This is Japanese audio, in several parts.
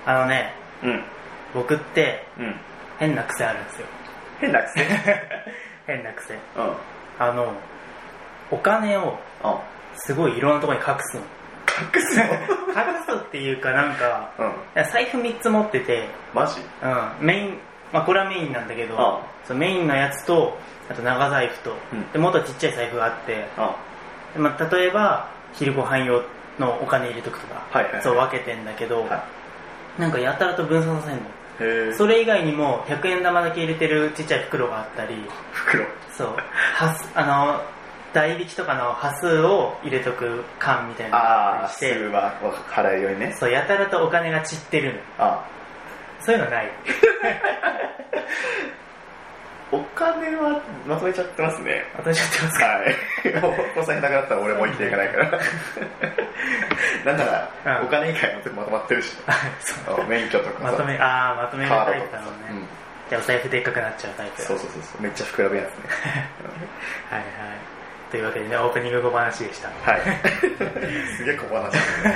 うん、 僕って、 うん、 変な癖あるんですよ。 変な癖変な癖。 うん、 お金をすごいいろんなところに隠すの。 隠すの隠すっていうかなんか、 うん、 財布3つ持ってて、 マジ？ うん、メイン、まあこれはメインなんだけど、そのメインのやつと、あと長財布と、 うん、 でもっとちっちゃい財布があって、でまあ、例えば昼ご飯用のお金入れとくとか、 はいはいはい、 そう分けてんだけど、はい、なんかやたらと分散させんの。 へー。 それ以外にも100円玉だけ入れてるちっちゃい袋があったり、そう代引きとかの端数を入れとく缶みたいなのがあったりして、 数は払えるようにね。 そう、やたらとお金が散ってるの。そういうのないお金はまとめちゃってますね。 まとめちゃってますか？ はい。もうこの先なくなったら俺も生きていかないからなんなら、お金以外のとこまとまってるしそう免許とかさ、 まとめるタイプだろうね、うん、じゃあお財布でっかくなっちゃうタイプ。 そうめっちゃ膨らむやつねはいはい、というわけでね、オープニング小話でした。 はいすげえ小話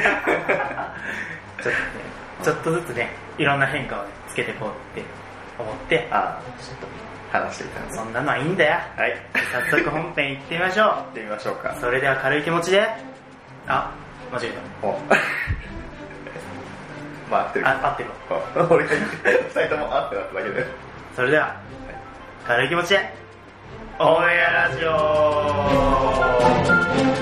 ちょっとずつね、いろんな変化を、ね、つけていこうって思って、ちょっと話してみたんです。 そんなのはいいんだよ。 はい。 早速本編行ってみましょう。 行ってみましょうか。 それでは軽い気持ちで、間違えた。 まあ合ってる。 合ってる。 俺が2人とも合ってなっただけで。 それでは、軽い気持ちで、オンエアラジオ。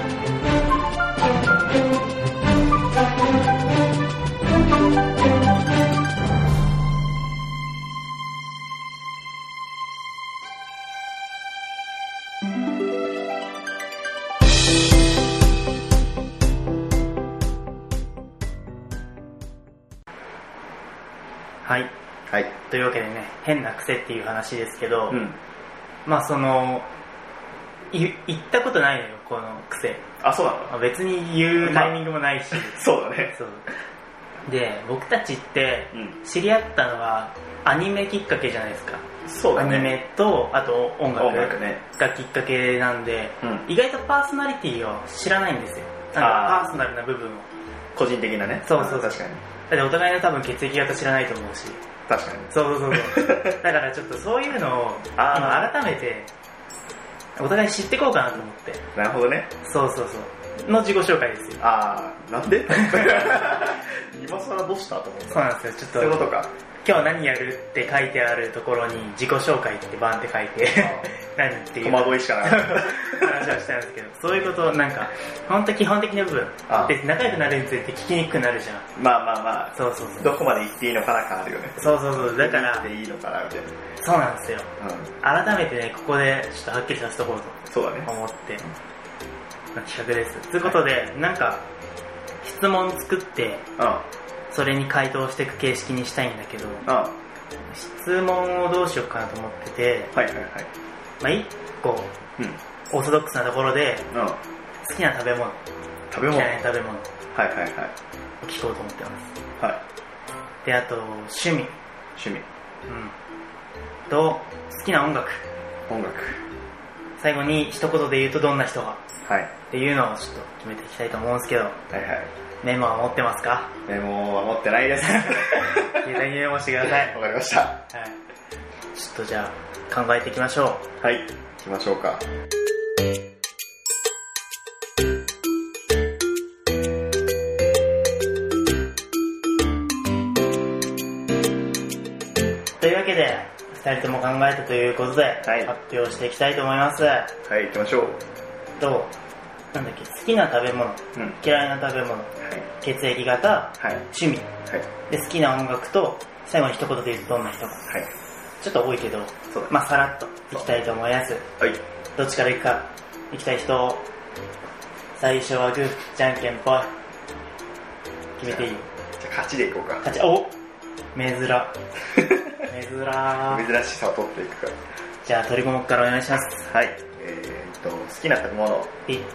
はい、はい、というわけでね、変な癖っていう話ですけど、うん、まあ言ったことないのよ、この癖。 そうなの？ まあ、別に言うタイミングもないし、 そうだね。 そうで、僕たちって知り合ったのはアニメきっかけじゃないですか。 そうだね。 アニメとあと音楽ね、 がきっかけなんで、うん、意外とパーソナリティを知らないんですよ。なんかパーソナルな部分を、 個人的なね。 そう確かに。 だってお互いの多分血液型知らないと思うし。 確かに。 そうだからちょっとそういうのを今改めてお互い知っていこうかなと思って。 なるほどね。 そうの自己紹介ですよ。 なんで今更どうしたと思って。 そうなんですよ。ちょっとそういうことか。 今日何やるって書いてあるところに自己紹介ってバンって書いて何っていう戸惑いしかない話はしたんですけど、そういうことなんか本当基本的な部分で仲良くなるについて聞きにくくなるじゃん。 まあそうどこまで言っていいのかな感あるよね。 そうだから言っていいのかなみたいな。 そうなんですよ、改めてね、ここでちょっとはっきりさせとこうと思って、企画です。ということで、なんか質問作ってそれに回答していく形式にしたいんだけど、質問をどうしようかなと思ってて、まあ1個、オーソドックスなところで、好きな食べ物、嫌いな食べ物を聞こうと思ってます。はい。で、あと趣味、と好きな音楽、最後に一言で言うとどんな人が、っていうのをちょっと決めていきたいと思うんですけど、メモは持ってますか？ メモは持ってないです携帯にメモしてください。 わかりました。はい。 ちょっとじゃあ考えていきましょう。はい、行きましょうか。 というわけで2人とも考えたということで、発表していきたいと思います。 はい、行きましょう。 なんだっけ、好きな食べ物、嫌いな食べ物、血液型、趣味、で好きな音楽と最後に一言で言うとどんな人か、ちょっと多いけど、まあさらっといきたいと思います。どっちからいくか、いきたい人。最初はグー、じゃんけんぽい。決めていい？じゃあ勝ちでいこうか。 勝ち、珍しさを取っていくから。 じゃあ鳥籠からお願いします。 はい。好きな食べ物、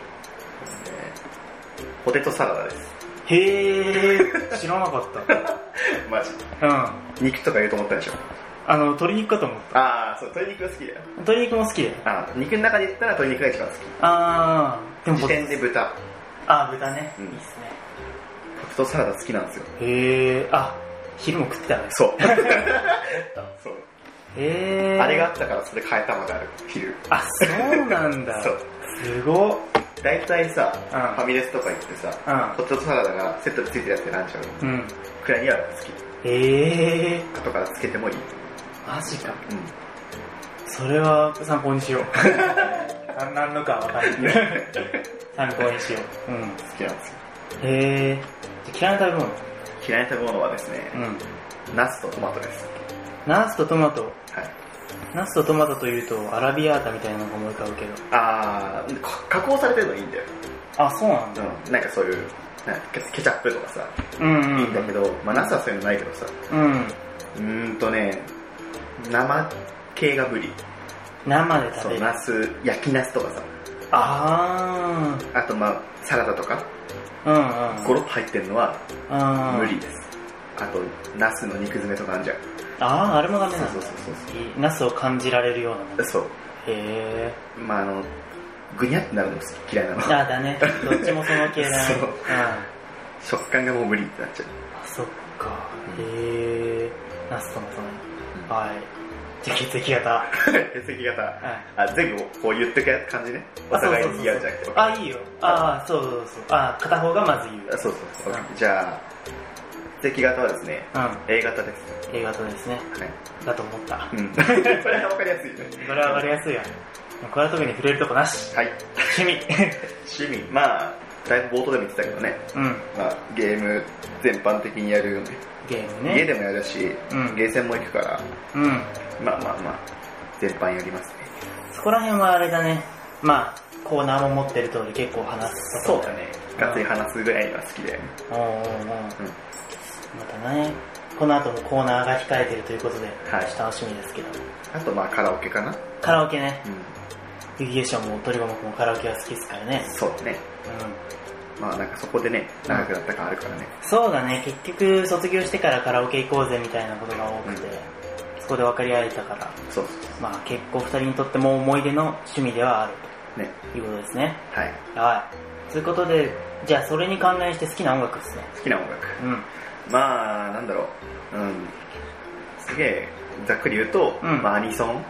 ポテトサラダです。 へー、知らなかったマジ？肉とか言うと思ったでしょ。 鶏肉かと思った。 そう、鶏肉が好きだよ。 鶏肉も好きだよ。 肉の中で言ったら鶏肉が一番好き。 でも時点で豚。 豚ね、いいっすね。 ポテトサラダ好きなんですよ。 へー、 昼も食ってたね。 そう。そう。 あれがあったからそれ変えたまである、昼。 あ、そうなんだ。 そう。 すごっ。 大体さ、ファミレスとか行ってさ、ポテトサラダがセットでついてるやつでランチある。くらいには好き。後からつけてもいい。 マジか。それは参考にしよう。何のかわかんないけど。参考にしよう。 好きなんですよ。 嫌いな食べ物？ 嫌いな食べ物はですね、ナスとトマトです。 ナスとトマト？ はい。 ナスとトマトというとアラビアータみたいなのが思い浮かぶけど。 加工されてるのいいんだよ。 あ、そうなんだ。 なんかそういうケチャップとかさ、いいんだけど、ナスはそういうのないけどさ、生系が無理。 生で食べる。 ナス、焼きナスとかさ、あとサラダとか、ゴロッと入ってるのは無理です。あとナスの肉詰めとかあるじゃん。 あれもダメなんだ。そう。ナスを感じられるようなもの。 そう。ぐにゃってなるの嫌いなの。 だね。どっちもその系だね。そう。 食感がもう無理ってなっちゃう。 そっか。ナスとマトね。はい。じゃあ血液型。 血液型。全部こう言ってく感じね。お互いに言うじゃなくて。 いいよ。そう。片方がまず言う。 そう。じゃあ、血液型はですね、A 型です。 A 型ですね。だと思った。 これは分かりやすいね。 これは分かりやすいや。これは特に触れるとこなし。 はい。趣味。だいぶ冒頭でも言ってたけどね。ゲーム全般的にやるよね。 ゲームね。 家でもやるし、ゲーセンも行くから、全般やりますね。 そこら辺はあれだね。コーナーも持ってる通り結構話す。 そうだね。がっつり話すぐらいが好きだよね。 またね、この後もコーナーが控えてるということで、楽しみですけど。 あとカラオケかな。 カラオケね。ユギゲーションも鳥五目もカラオケが好きですからね。 そうね。そこでね、長くなった感あるからね。 そうだね、結局卒業してからカラオケ行こうぜみたいなことが多くて、そこで分かり合えたから、結構2人にとっても思い出の趣味ではあるということですね。はい。ということで、じゃあそれに関連して好きな音楽ですね。 好きな音楽。なんだろう。すげえざっくり言うと、アニソン。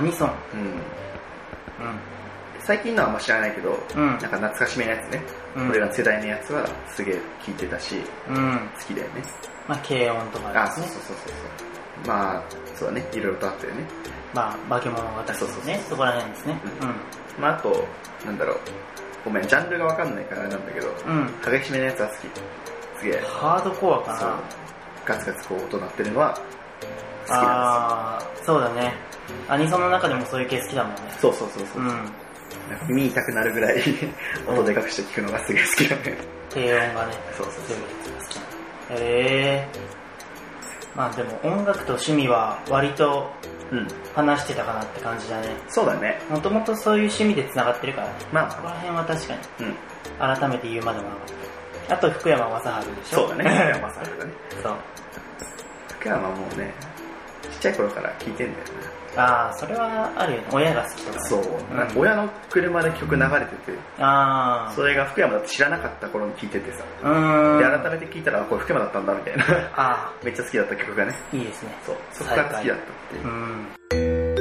最近のはあんま知らないけど、懐かしめのやつね。俺らの世代のやつはすげえ聴いてたし、好きだよね。 軽音とかですね。 そうだね、いろいろとあったよね。 化け物語ですね。そこら辺ですね。 あと、ごめん、ジャンルがわかんないからあれなんだけど、激しめのやつは好き。すげえ。 ハードコアかな。 ガツガツ音鳴ってるのは好きなんですよ。 そうだね。アニソンの中でもそういう系好きだもんね。 そう。耳痛くなるぐらい音でかくして聴くのがすげえ好きだね。 低音がね。そう。好き。でも音楽と趣味は割と話してたかなって感じだね。 そうだね。 もともとそういう趣味で繋がってるからね。そこら辺は確かに。改めて言うまでもなかった。あと福山雅治でしょ。 そうだね。福山雅治だね。 そう。 福山もうね、ちっちゃい頃から聴いてんだよね。 それはあるよね。親が好きとか、ね。 そう。親の車で曲流れてて、それが福山だって知らなかった頃に聴いててさ。で、改めて聴いたら、これ福山だったんだみたいな。めっちゃ好きだった曲がね。 いいですね。 そこから好きだったっていう。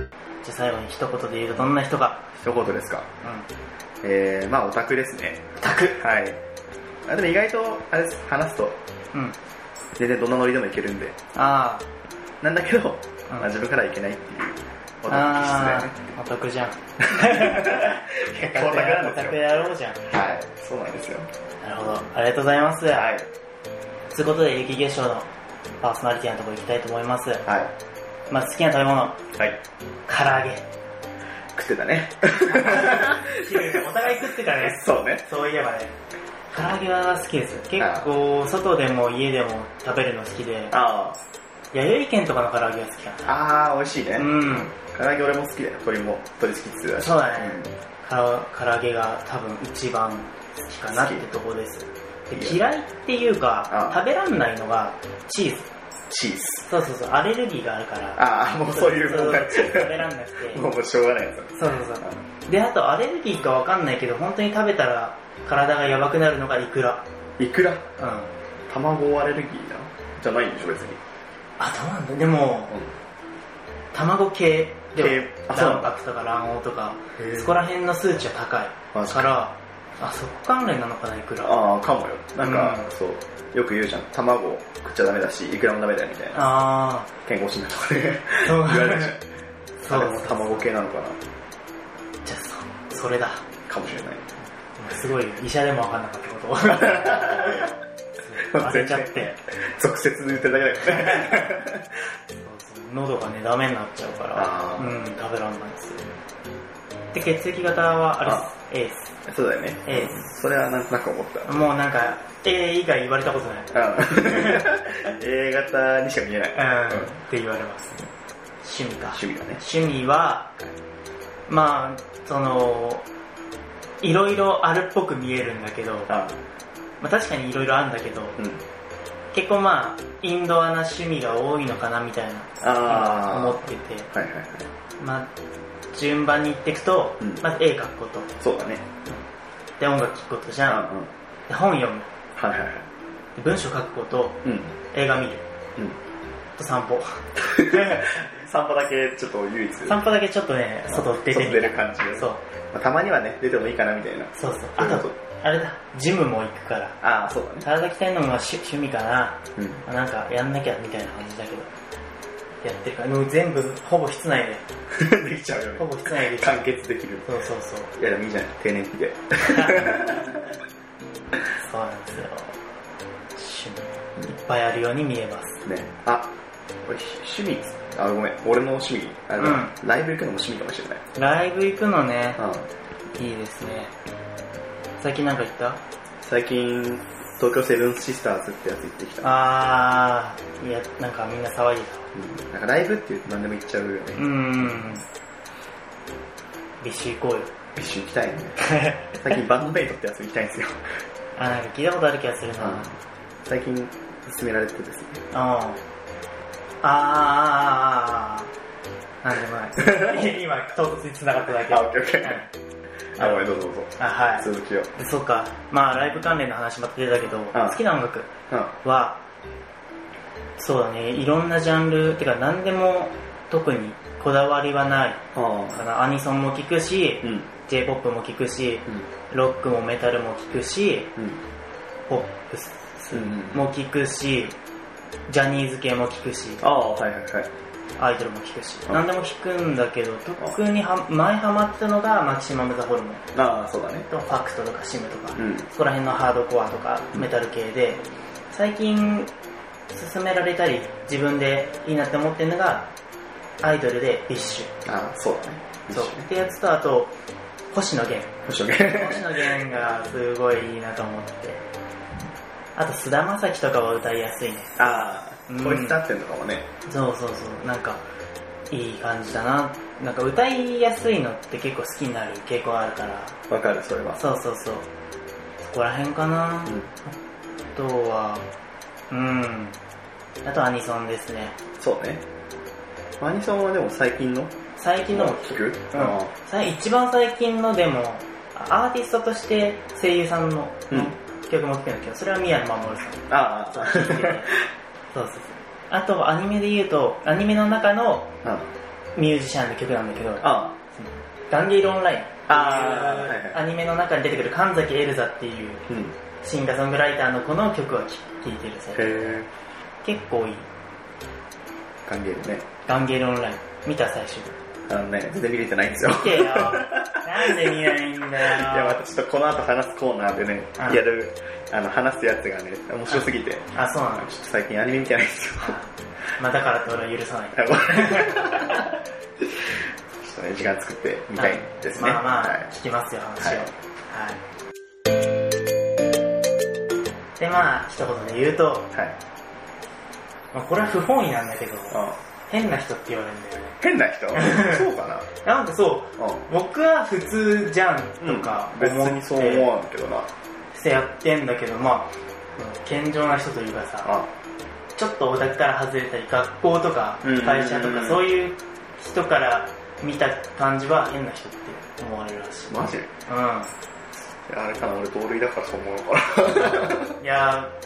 じゃあ最後に一言で言うとどんな人か。 一言ですか。オタクですね。 オタク。 はい。でも意外と、あれです、話すと、全然どんなノリでもいけるんで。なんだけど、自分からはいけないっていうオタク気質だよね。 オタクじゃん。 結構オタクなんですよ。 オタクやろうじゃん。 はい、そうなんですよ。 なるほど、ありがとうございます。ということで、雪化粧のパーソナリティのところ行きたいと思います。好きな食べ物。唐揚げ。 食ってたね。 お互い食ってたね。 そうね。 そういえばね。唐揚げは好きです。結構、外でも家でも食べるの好きで。弥生県とかの唐揚げが好きかな。美味しいね。唐揚げ俺も好きだよ。鶏好きって言ってたし。 そうだね。唐揚げが多分一番好きかなってとこです。嫌いっていうか、食べらんないのがチーズ。そう。アレルギーがあるから。 もうそういうもん食べらんなくて。 もうしょうがないやつ。 そう。で、あとアレルギーかわかんないけど、本当に食べたら体がやばくなるのがイクラ。 イクラ？ 食卵アレルギーじゃないんでしょ別に。 どうなんだ。でも、卵系で卵白とか卵黄とかそこら辺の数値は高いからそこ関連なのかな。いくらかもよ。なんか、そうよく言うじゃん、卵食っちゃダメだしいくらもダメだよみたいな。健康診断とかで言われるじゃん。あれも卵系なのかな。 じゃあそれだかもしれない。 すごい医者でも分かんなかったこと当てちゃって俗説で言ってるだけだよね。 喉がねダメになっちゃうから食べらんないんですよ。で血液型はあれです。 A です。 そうだよね。 A です。 それはなんとなく思った。 もうなんか A 以外言われたことない。 A 型にしか見えないって言われます。趣味か。 趣味だね。 趣味はまあそのいろいろあるっぽく見えるんだけど、まあ、確かにいろいろあるんだけど、結構まあインドアな趣味が多いのかなみたいな思ってて、まあ順番に言っていくと、まず絵描くこと。 そうだね。 で音楽聴くことじゃん。で本読む。で文章書くこと、映画見る。と散歩。 散歩だけちょっと唯一。 散歩だけちょっとね外出てみる感じで。そう。たまにはね出てもいいかなみたいな。 そうそう。あとあれだ、ジムも行くから。 そうだね。 体鍛えるのが趣味かな。なんかやんなきゃみたいな感じだけど。やってるから、もう全部ほぼ室内でできちゃうよね。 ほぼ室内で完結できる。 そうそうそう。 いやでもいいじゃん、定年期で。 そうなんですよ。趣味いっぱいあるように見えますね。趣味ごめん、俺の趣味ライブ行くのも趣味かもしれない。 ライブ行くのね、いいですね。最近なんか行った？ 最近東京セブンシスターズってやつ行ってきた。 いや、なんかみんな騒いでた。なんかライブって言うと何でも行っちゃうよね。 ビッシュ行こうよ。 ビッシュ行きたいね。最近バンドメイトってやつ行きたいんですよ。 なんか聞いたことある気がするな。 最近勧められてですね。 なんでもない。今唐突に繋がっただけ。 オッケーオッケー。ごめん、どうぞ。 はい。 続きを。 そうか。まあライブ関連の話また出たけど、好きな音楽は、そうだね、いろんなジャンル、てか何でも特にこだわりはないかな。アニソンも聴くし、J-POP も聴くし、ロックもメタルも聴くし、ポップスも聴くし、ジャニーズ系も聴くし、アイドルも聴くし、何でも聴くんだけど、特に前ハマったのがマキシマムザホルモン。 そうだね。 とファクトとかシムとか、そこら辺のハードコアとかメタル系で、最近勧められたり自分でいいなって思ってるのがアイドルでビッシュ。 そうだね。 そうってやつと、あと星野源がすごいいいなと思って、あと菅田将暉とかは歌いやすいね。 こいつだってんのかもね。 そうなんかいい感じだな。なんか歌いやすいのって結構好きになる傾向あるから。 わかる、それは。 そうそこら辺かな。あとはあとアニソンですね。 そうね。アニソンはでも最近のも聞く？一番最近のでもアーティストとして声優さんの曲も聴くんだけど、それは宮野真守さん。そうあとアニメで言うと、アニメの中のミュージシャンの曲なんだけど、ガンゲイルオンラインアニメの中に出てくる神崎エルザっていうシンガーソングライターの子の曲は聴いてる。結構いい。 ガンゲイルね。 ガンゲイルオンライン見た？最初全然見れてないんですよ。 見てよ。なんで見ないんだよ。 いや、またちょっとこの後話すコーナーでね、やる話すやつがね、面白すぎて。 そうなの。ちょっと最近アニメ見てないんですよ。 だからって俺は許さない。 ちょっとね、時間作ってみたいですね。 聞きますよ、話を。で、一言で言うと、これは不本意なんだけど、変な人って言われるんだよね。 変な人？そうかな。 なんか僕は普通じゃんとか別にそう思わんけどな。 してやってんだけど、健常な人というかさ、ちょっとオタクから外れたり、学校とか会社とかそういう人から見た感じは変な人って思われるらしい。 マジ？あれかな、俺同類だからそう思うのかな。 いや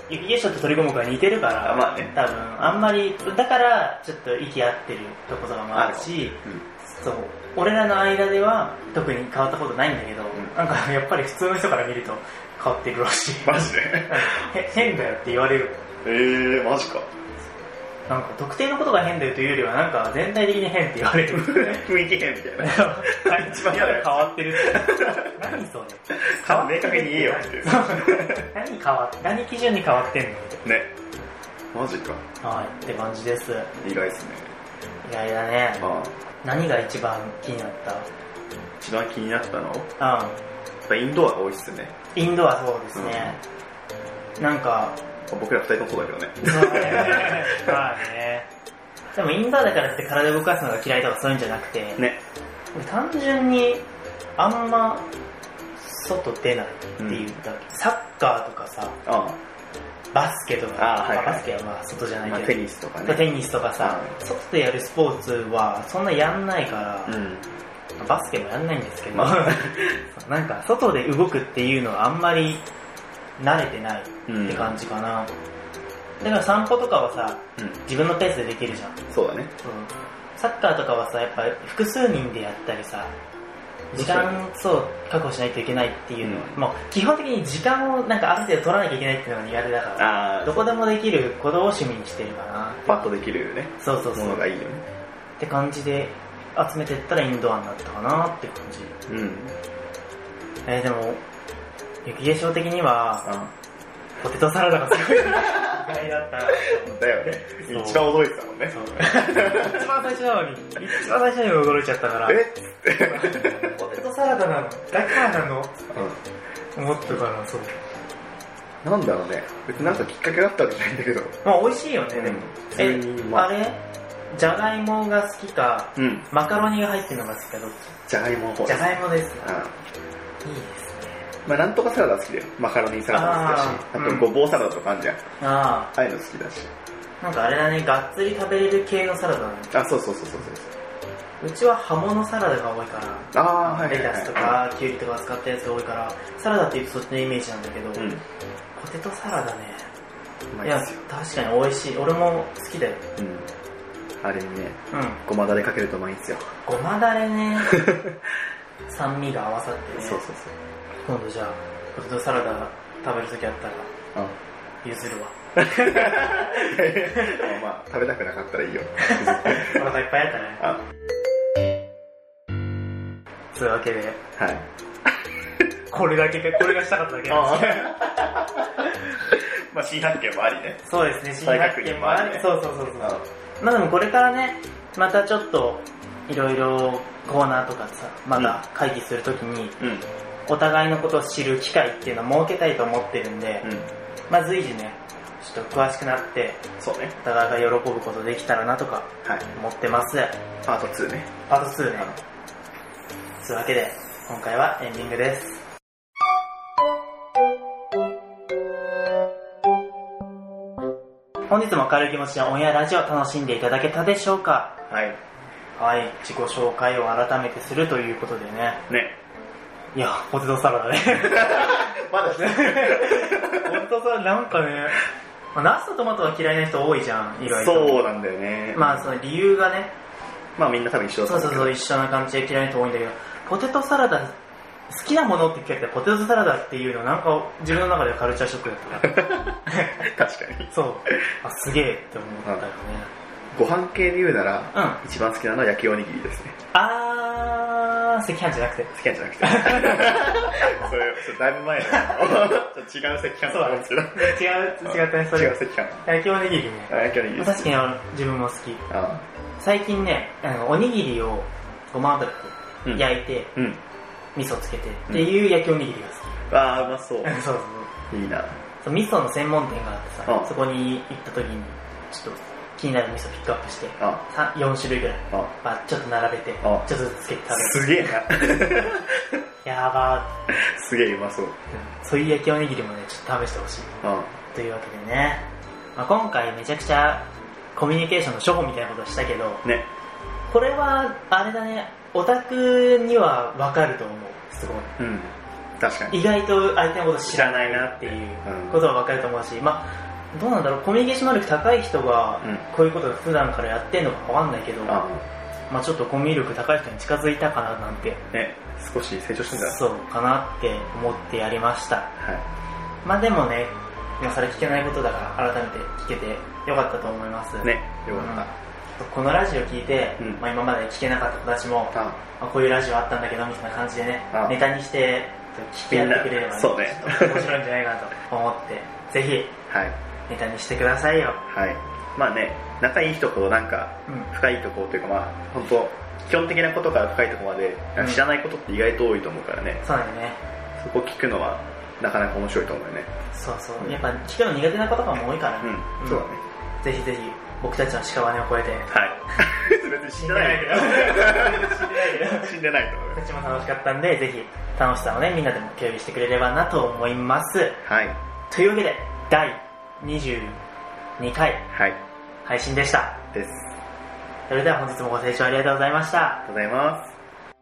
雪化粧と鳥五目が似てるから、 まあね、 多分あんまりだからちょっと息合ってるところもあるし、そう俺らの間では特に変わったことないんだけど、なんかやっぱり普通の人から見ると変わってるらしい。 マジで変だよって言われる。 マジか。 なんか特定のことが変だよというよりはなんか全体的に変って言われる。 雰囲気変みたいな。 一番嫌だよ。変わってるって何それ。 明確に言えよって何基準に変わってんのね。 マジか。 はいって感じです。 意外ですね。 意外だね。何が一番気になった？ 一番気になったの？やっぱインドアが多いっすね。 インドアそうですね。なんか僕ら二人ともそうだけどね。 そうね。まあね。でもインドアだからって体を動かすのが嫌いとかそういうんじゃなくて、単純にあんま外出ないっていうだけ。サッカーとかさ、バスケとか、バスケはまあ外じゃないけど、 テニスとかね。 テニスとかさ、外でやるスポーツはそんなやんないから、バスケもやんないんですけど、なんか外で動くっていうのはあんまり慣れてないって感じかな。だから散歩とかはさ、自分のペースでできるじゃん。 そうだね。 サッカーとかはさ、やっぱ複数人でやったりさ、時間確保しないといけないっていうのは、もう基本的に時間をなんかある程度取らなきゃいけないっていうのが苦手だから、どこでもできることを趣味にしてるかな。 パッとできるよね。 そうものがいいよね。 って感じで集めてったらインドアになったかなって感じ。でも雪化粧的には、ポテトサラダがすごい意外だった。 だよね。一番驚いてたもんね。 一番最初なのに、一番最初に驚いちゃったから。ポテトサラダなのだからなの思ったから、そう。 なんだろうね。別になんかきっかけだったわけじゃないんだけど。 まあ美味しいよね、でも。あれじゃがいもが好きか、マカロニが入ってるのが好きか、どっち？ じゃがいもの方。 じゃがいもです。いいですね。 まあなんとかサラダ好きだよ。マカロニサラダ好きだし、あとごぼうサラダとかあるじゃん。ああいうの好きだし。 なんかあれだね、がっつり食べれる系のサラダだね。 そう。 うちは葉物サラダが多いから、レタスとかキュウリとか使ったやつが多いから、サラダって言うとそっちのイメージなんだけど、ポテトサラダね、いや確かに美味しい。俺も好きだよ。 あれにね、ごまだれかけるとうまいんですよ。 ごまだれね、酸味が合わさってね。 そう。 今度じゃあポテトサラダ食べるときあったら譲るわ。 まあ食べたくなかったらいいよ。 お腹いっぱいあったね。そういうわけで、これがしたかっただけなんです。 まあ新発見もありね。 そうですね、新発見もあり。そう。まあでもこれからね、またちょっといろいろコーナーとかさ、また会議するときに、お互いのことを知る機会っていうのを設けたいと思ってるんで、まあ随時ね、ちょっと詳しくなって、お互いが喜ぶことできたらなとか思ってます。 パート2ね。 というわけで、今回はエンディングです。本日も明るい気持ちでオンエアラジオ楽しんでいただけたでしょうか？自己紹介を改めてするということでね。いや、ポテトサラダね。 まだしてポテトサラダなんかね、ナスとトマトは嫌いな人多いじゃん、意外と。 そうなんだよね。 まあその理由がね、 まあみんな多分一緒だと思うけど。 そう一緒な感じで嫌いな人多いんだけど、ポテトサラダ好きなものって聞かれたらポテトサラダっていうのなんか自分の中ではカルチャーショックだったから確かに。 そう、すげえって思ったよね。 ご飯系で言うなら、一番好きなのは焼きおにぎりですね。 赤飯じゃなくて。 それだいぶ前の違う赤飯だと思うんですけど。 違ったね、それ。 違う赤飯。 焼きおにぎりね。 焼きおにぎり。 確かに自分も好き。最近ね、おにぎりをごま油で焼いて、味噌つけてっていう焼きおにぎりが好き。 うまそう。そういいな。 味噌の専門店があってさ、そこに行った時にちょっと気になる味噌ピックアップして、4種類ぐらいちょっと並べて、ちょっとずつつけて食べる。 すげえな。 やばー。すげえうまそう。 そういう焼きおにぎりもね、ちょっと試してほしい。というわけでね、今回めちゃくちゃコミュニケーションの初歩みたいなことをしたけど、これはあれだね、オタクには分かると思う。すごい。 確かに意外と相手のこと知らないなっていうことは分かると思うし、まあどうなんだろう、コミュニケーション能力高い人がこういうことを普段からやってんのか分かんないけど、まあちょっとコミュ力高い人に近づいたかななんて、 ね、少し成長したんじゃない？ そうかなって思ってやりました。はい、まあでもね、今更聞けないことだから改めて聞けてよかったと思います。 ね、よかった。 このラジオ聞いて、まあ、今まで聞けなかった子たちも、まあ、こういうラジオあったんだけどみたいな感じでね、ネタにして聞き合ってくれれば、ね、 そうね、 面白いんじゃないかなと思ってぜひ、はい、ネタにしてくださいよ。 はい、まあね、仲いい人ほどなんか深いところというか、まあ本当基本的なことから深いところまで知らないことって意外と多いと思うからね、 そうだよね、 そこ聞くのはなかなか面白いと思うよね。 そうそう、やっぱ聞くの苦手な子とかも多いからね、 そうだね、 ぜひぜひ僕たちの屍を越えて、 はい別に死んでないけど死んでないと思う。 こっちも楽しかったんで、ぜひ楽しさをねみんなでも共有してくれればなと思います。 はい、 というわけで第22回配信でした。 です。 それでは本日もご清聴ありがとうございました。 ありがとうございます。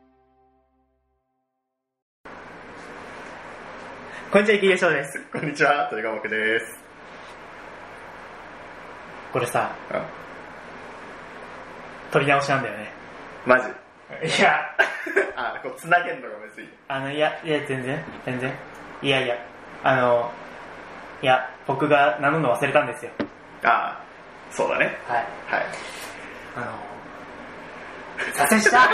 こんにちは、池江翔です。 こんにちは、鳥川木です。 これさ、撮り直しなんだよね。 マジ？ いやあ、こう繋げんのがむずい。 いや全然いや僕が名乗るの忘れたんですよ。 ああ、そうだね。 はいはい。 左折した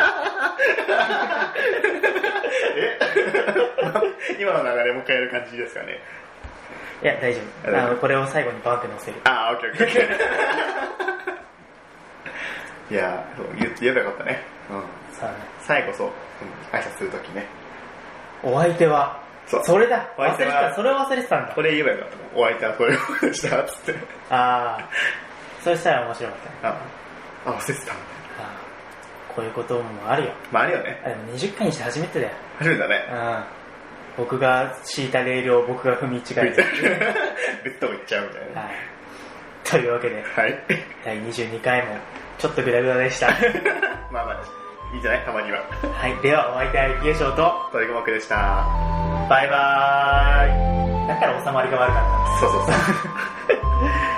今の流れもう一回やる感じですかね。 いや大丈夫、これを最後にバンって乗せる。 ああ、オッケーオッケーいや、言えばよかったね。 そうね、 最後そう、挨拶するときね、 お相手はそれだ、忘れてた、それを忘れてたんだ。 これ言えばよかった。お相手はこれをしたっつって。 ああ、そうしたら面白かったね。 忘れてた。 こういうこともあるよ。 まああるよね。 でも20回にして初めてだよ。 初めてだね。 僕が敷いたレールを僕が踏み違えて別とこ行っちゃうみたいな。 はい。というわけで、 はい。 第22回もちょっとグダグダでした。 まあまあいいんじゃない、たまには。 はい。ではお相手はゆきえしょうと鳥駒くでした。 バイバーイ。だから収まりが悪かったんです。 そう